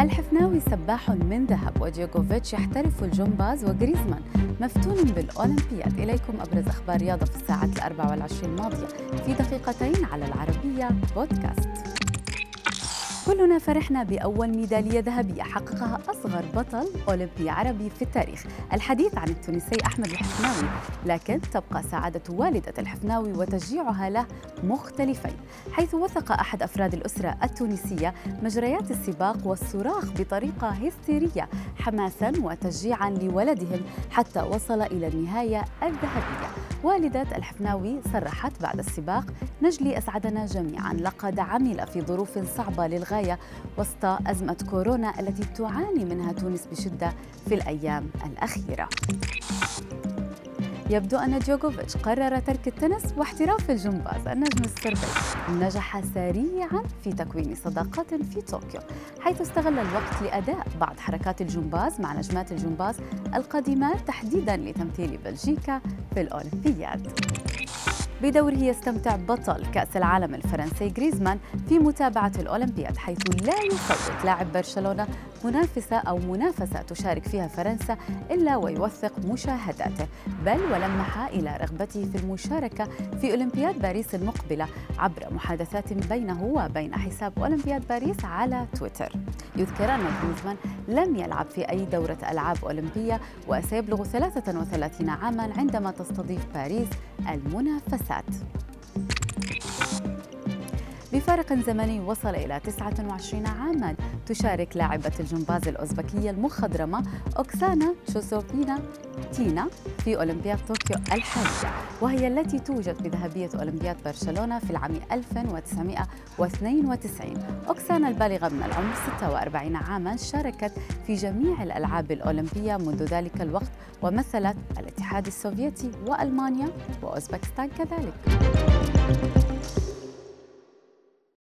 الحفناوي سباح من ذهب وجوكوفيتش يحترف الجمباز وغريزمان مفتون بالأولمبياد. إليكم أبرز أخبار رياضة في الساعات 24 الماضية في دقيقتين على العربية بودكاست. كلنا فرحنا بأول ميدالية ذهبية حققها أصغر بطل أولمبي عربي في التاريخ، الحديث عن التونسي أحمد الحفناوي، لكن تبقى سعادة والدة الحفناوي وتشجيعها له مختلفين، حيث وثق أحد أفراد الأسرة التونسية مجريات السباق والصراخ بطريقة هستيرية حماساً وتشجيعاً لولدهم حتى وصل إلى النهاية الذهبية. والدة الحفناوي صرحت بعد السباق: نجلي أسعدنا جميعاً، لقد عمل في ظروف صعبة للغاية وسط أزمة كورونا التي تعاني منها تونس بشدة في الأيام الأخيرة. يبدو أن جوكوفيتش قرر ترك التنس واحتراف الجمباز. النجم السربي نجح سريعاً في تكوين صداقات في طوكيو، حيث استغل الوقت لأداء بعض حركات الجمباز مع نجمات الجمباز القادمات تحديداً لتمثيل بلجيكا في الأولمبياد. بدوره يستمتع بطل كأس العالم الفرنسي غريزمان في متابعة الأولمبياد، حيث لا يفوت لاعب برشلونة منافسة تشارك فيها فرنسا إلا ويوثق مشاهداته، بل ولمح إلى رغبته في المشاركة في أولمبياد باريس المقبلة عبر محادثات بينه وبين حساب أولمبياد باريس على تويتر. يذكر أن غريزمان لم يلعب في أي دورة ألعاب أولمبية وسيبلغ 33 عاماً عندما تستضيف باريس المنافسات. بفارق زمني وصل إلى 29 عاماً تشارك لاعبة الجمباز الأوزبكية المخضرمة أوكسانا تشوسوفينا تينا في أولمبياد طوكيو الحالية، وهي التي توجت بذهبية أولمبياد برشلونة في العام 1992. أوكسانا البالغة من العمر 46 عاماً شاركت في جميع الألعاب الأولمبية منذ ذلك الوقت، ومثلت الاتحاد السوفيتي وألمانيا وأوزبكستان كذلك.